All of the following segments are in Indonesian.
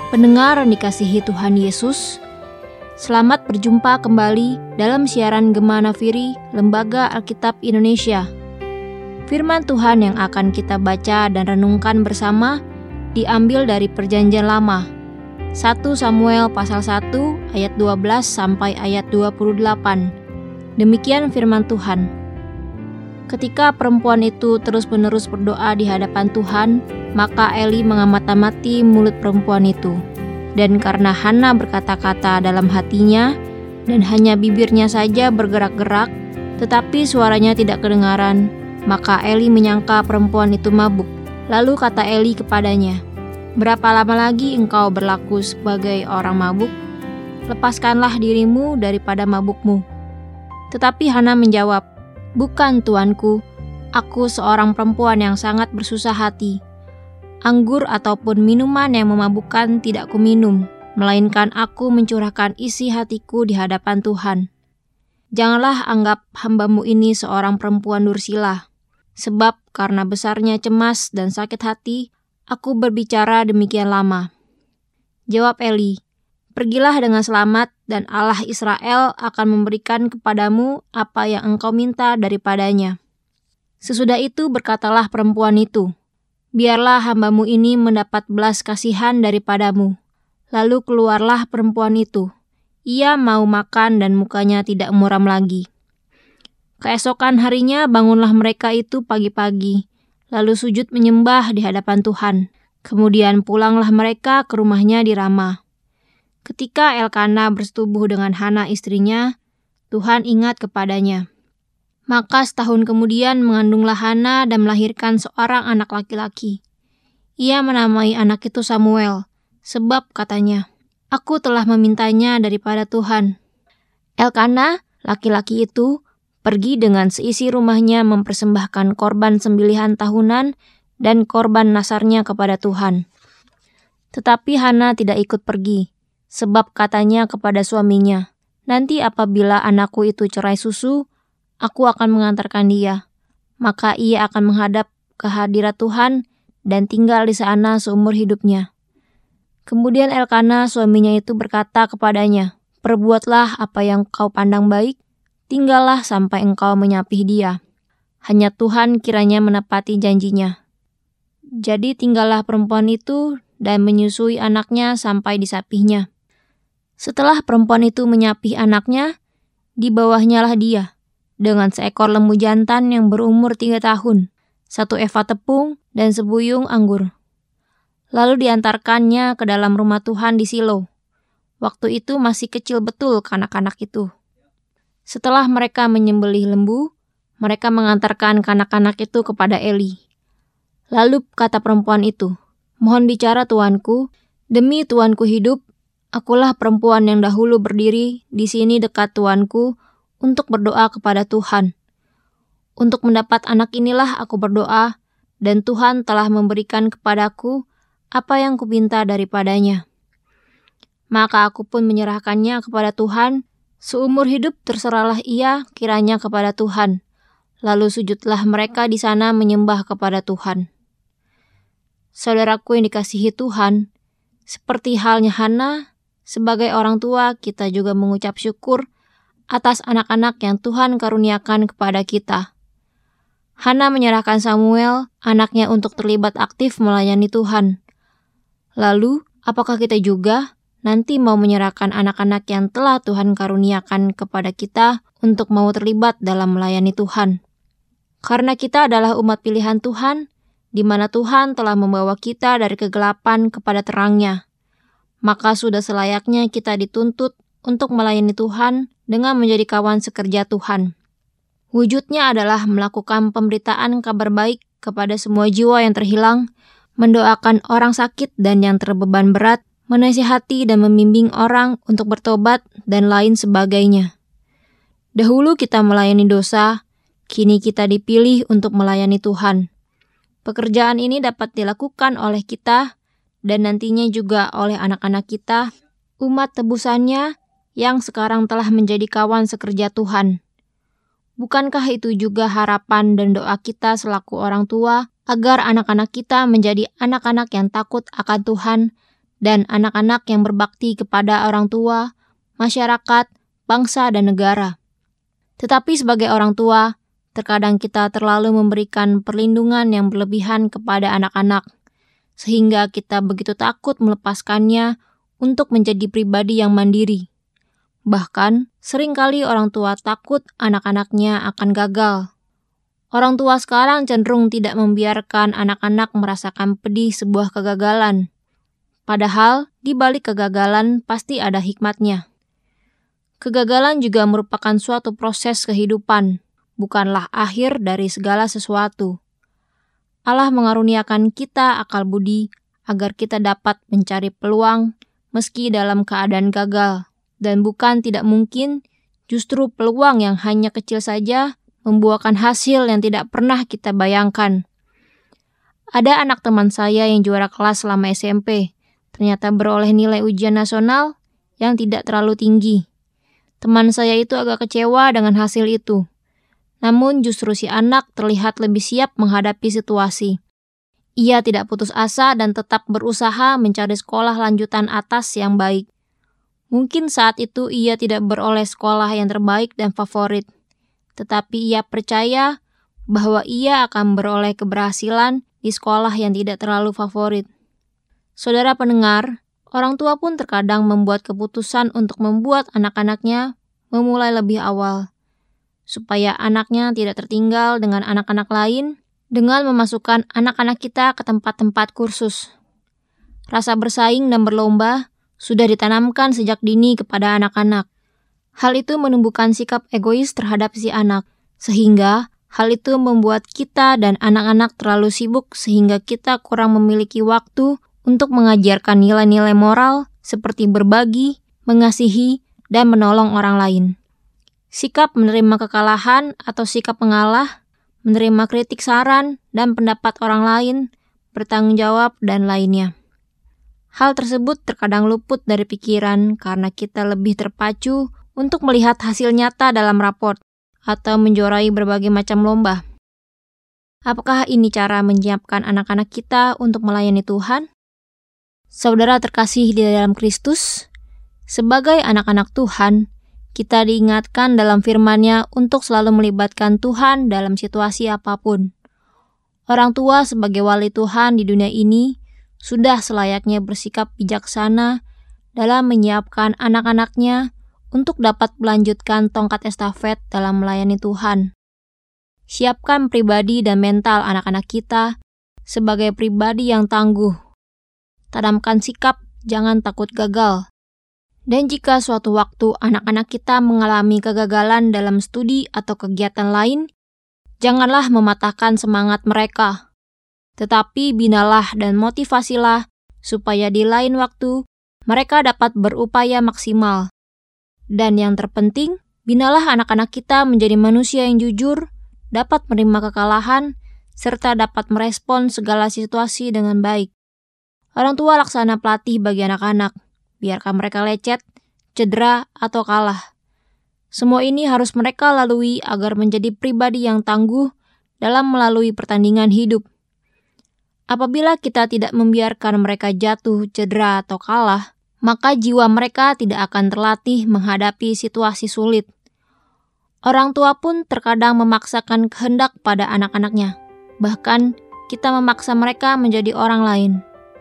Pendengar yang dikasihi Tuhan Yesus, selamat berjumpa kembali dalam siaran Gema Nafiri, Lembaga Alkitab Indonesia. Firman Tuhan yang akan kita baca dan renungkan bersama diambil dari Perjanjian Lama, 1 Samuel pasal 1 ayat 12 sampai ayat 28. Demikian firman Tuhan. Ketika perempuan itu terus-menerus berdoa di hadapan Tuhan, maka Eli mengamati mulut perempuan itu. Dan karena Hana berkata-kata dalam hatinya, dan hanya bibirnya saja bergerak-gerak, tetapi suaranya tidak kedengaran, maka Eli menyangka perempuan itu mabuk. Lalu kata Eli kepadanya, "Berapa lama lagi engkau berlaku sebagai orang mabuk? Lepaskanlah dirimu daripada mabukmu." Tetapi Hana menjawab, "Bukan, tuanku, aku seorang perempuan yang sangat bersusah hati. Anggur ataupun minuman yang memabukkan tidak kuminum, melainkan aku mencurahkan isi hatiku di hadapan Tuhan. Janganlah anggap hambamu ini seorang perempuan dursila, sebab karena besarnya cemas dan sakit hati, aku berbicara demikian lama." Jawab Eli, "Pergilah dengan selamat, dan Allah Israel akan memberikan kepadamu apa yang engkau minta daripadanya." Sesudah itu berkatalah perempuan itu, "Biarlah hambamu ini mendapat belas kasihan daripadamu." Lalu keluarlah perempuan itu. Ia mau makan dan mukanya tidak muram lagi. Keesokan harinya bangunlah mereka itu pagi-pagi, lalu sujud menyembah di hadapan Tuhan. Kemudian pulanglah mereka ke rumahnya di Rama. Ketika Elkana bersetubuh dengan Hana istrinya, Tuhan ingat kepadanya. Maka setahun kemudian mengandunglah Hana dan melahirkan seorang anak laki-laki. Ia menamai anak itu Samuel, sebab katanya, "Aku telah memintanya daripada Tuhan." Elkana, laki-laki itu, pergi dengan seisi rumahnya mempersembahkan korban sembelihan tahunan dan korban nasarnya kepada Tuhan. Tetapi Hana tidak ikut pergi, sebab katanya kepada suaminya, "Nanti apabila anakku itu cerai susu, aku akan mengantarkan dia. Maka ia akan menghadap ke hadirat Tuhan dan tinggal di sana seumur hidupnya." Kemudian Elkana suaminya itu berkata kepadanya, "Perbuatlah apa yang kau pandang baik, tinggallah sampai engkau menyapih dia. Hanya Tuhan kiranya menepati janjinya." Jadi tinggallah perempuan itu dan menyusui anaknya sampai disapihnya. Setelah perempuan itu menyapih anaknya, di bawahnya lah dia, dengan seekor lembu jantan yang berumur 3 tahun, 1 eva tepung, dan sebuyung anggur. Lalu diantarkannya ke dalam rumah Tuhan di Silo. Waktu itu masih kecil betul kanak-kanak itu. Setelah mereka menyembelih lembu, mereka mengantarkan kanak-kanak itu kepada Eli. Lalu kata perempuan itu, "Mohon bicara tuanku, demi tuanku hidup, akulah perempuan yang dahulu berdiri di sini dekat tuanku untuk berdoa kepada Tuhan. Untuk mendapat anak inilah aku berdoa, dan Tuhan telah memberikan kepadaku apa yang kupinta daripadanya. Maka aku pun menyerahkannya kepada Tuhan, seumur hidup terserahlah ia kiranya kepada Tuhan." Lalu sujudlah mereka di sana menyembah kepada Tuhan. Saudaraku yang dikasihi Tuhan, seperti halnya Hana, sebagai orang tua kita juga mengucap syukur atas anak-anak yang Tuhan karuniakan kepada kita. Hana menyerahkan Samuel, anaknya, untuk terlibat aktif melayani Tuhan. Lalu, apakah kita juga nanti mau menyerahkan anak-anak yang telah Tuhan karuniakan kepada kita untuk mau terlibat dalam melayani Tuhan? Karena kita adalah umat pilihan Tuhan, di mana Tuhan telah membawa kita dari kegelapan kepada terang-Nya. Maka sudah selayaknya kita dituntut untuk melayani Tuhan dengan menjadi kawan sekerja Tuhan. Wujudnya adalah melakukan pemberitaan kabar baik kepada semua jiwa yang terhilang, mendoakan orang sakit dan yang terbeban berat, menasihati dan membimbing orang untuk bertobat, dan lain sebagainya. Dahulu kita melayani dosa, kini kita dipilih untuk melayani Tuhan. Pekerjaan ini dapat dilakukan oleh kita dan nantinya juga oleh anak-anak kita, umat tebusannya yang sekarang telah menjadi kawan sekerja Tuhan. Bukankah itu juga harapan dan doa kita selaku orang tua, agar anak-anak kita menjadi anak-anak yang takut akan Tuhan dan anak-anak yang berbakti kepada orang tua, masyarakat, bangsa, dan negara. Tetapi sebagai orang tua, terkadang kita terlalu memberikan perlindungan yang berlebihan kepada anak-anak, sehingga kita begitu takut melepaskannya untuk menjadi pribadi yang mandiri. Bahkan, seringkali orang tua takut anak-anaknya akan gagal. Orang tua sekarang cenderung tidak membiarkan anak-anak merasakan pedih sebuah kegagalan. Padahal, di balik kegagalan pasti ada hikmatnya. Kegagalan juga merupakan suatu proses kehidupan, bukanlah akhir dari segala sesuatu. Allah mengaruniakan kita akal budi agar kita dapat mencari peluang meski dalam keadaan gagal. Dan bukan tidak mungkin, justru peluang yang hanya kecil saja membuahkan hasil yang tidak pernah kita bayangkan. Ada anak teman saya yang juara kelas selama SMP, ternyata beroleh nilai ujian nasional yang tidak terlalu tinggi. Teman saya itu agak kecewa dengan hasil itu. Namun justru si anak terlihat lebih siap menghadapi situasi. Ia tidak putus asa dan tetap berusaha mencari sekolah lanjutan atas yang baik. Mungkin saat itu ia tidak beroleh sekolah yang terbaik dan favorit, tetapi ia percaya bahwa ia akan beroleh keberhasilan di sekolah yang tidak terlalu favorit. Saudara pendengar, orang tua pun terkadang membuat keputusan untuk membuat anak-anaknya memulai lebih awal, supaya anaknya tidak tertinggal dengan anak-anak lain dengan memasukkan anak-anak kita ke tempat-tempat kursus. Rasa bersaing dan berlomba sudah ditanamkan sejak dini kepada anak-anak. Hal itu menumbuhkan sikap egois terhadap si anak, sehingga hal itu membuat kita dan anak-anak terlalu sibuk sehingga kita kurang memiliki waktu untuk mengajarkan nilai-nilai moral seperti berbagi, mengasihi, dan menolong orang lain. Sikap menerima kekalahan atau sikap mengalah, menerima kritik saran dan pendapat orang lain, bertanggung jawab, dan lainnya. Hal tersebut terkadang luput dari pikiran karena kita lebih terpacu untuk melihat hasil nyata dalam raport atau menjuarai berbagai macam lomba. Apakah ini cara menyiapkan anak-anak kita untuk melayani Tuhan? Saudara terkasih di dalam Kristus, sebagai anak-anak Tuhan, kita diingatkan dalam firman-Nya untuk selalu melibatkan Tuhan dalam situasi apapun. Orang tua sebagai wali Tuhan di dunia ini sudah selayaknya bersikap bijaksana dalam menyiapkan anak-anaknya untuk dapat melanjutkan tongkat estafet dalam melayani Tuhan. Siapkan pribadi dan mental anak-anak kita sebagai pribadi yang tangguh. Tanamkan sikap jangan takut gagal. Dan jika suatu waktu anak-anak kita mengalami kegagalan dalam studi atau kegiatan lain, janganlah mematahkan semangat mereka. Tetapi binalah dan motivasilah supaya di lain waktu mereka dapat berupaya maksimal. Dan yang terpenting, binalah anak-anak kita menjadi manusia yang jujur, dapat menerima kekalahan, serta dapat merespon segala situasi dengan baik. Orang tua laksana pelatih bagi anak-anak, biarkan mereka lecet, cedera, atau kalah. Semua ini harus mereka lalui agar menjadi pribadi yang tangguh dalam melalui pertandingan hidup. Apabila kita tidak membiarkan mereka jatuh, cedera, atau kalah, maka jiwa mereka tidak akan terlatih menghadapi situasi sulit. Orang tua pun terkadang memaksakan kehendak pada anak-anaknya. Bahkan, kita memaksa mereka menjadi orang lain.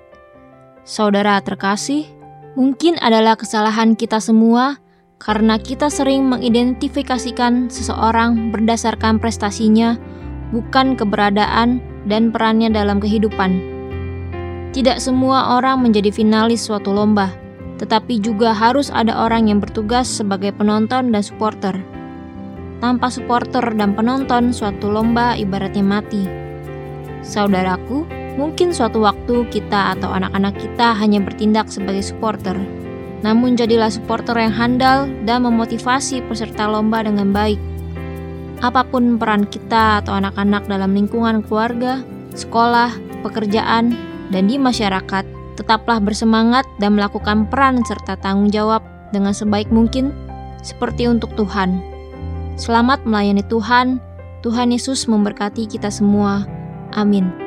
Saudara terkasih, mungkin adalah kesalahan kita semua karena kita sering mengidentifikasikan seseorang berdasarkan prestasinya, bukan keberadaan dan perannya dalam kehidupan. Tidak semua orang menjadi finalis suatu lomba, tetapi juga harus ada orang yang bertugas sebagai penonton dan supporter. Tanpa supporter dan penonton, suatu lomba ibaratnya mati. Saudaraku, mungkin suatu waktu kita atau anak-anak kita hanya bertindak sebagai supporter. Namun jadilah supporter yang handal dan memotivasi peserta lomba dengan baik. Apapun peran kita atau anak-anak dalam lingkungan keluarga, sekolah, pekerjaan, dan di masyarakat, tetaplah bersemangat dan melakukan peran serta tanggung jawab dengan sebaik mungkin, seperti untuk Tuhan. Selamat melayani Tuhan. Tuhan Yesus memberkati kita semua. Amin.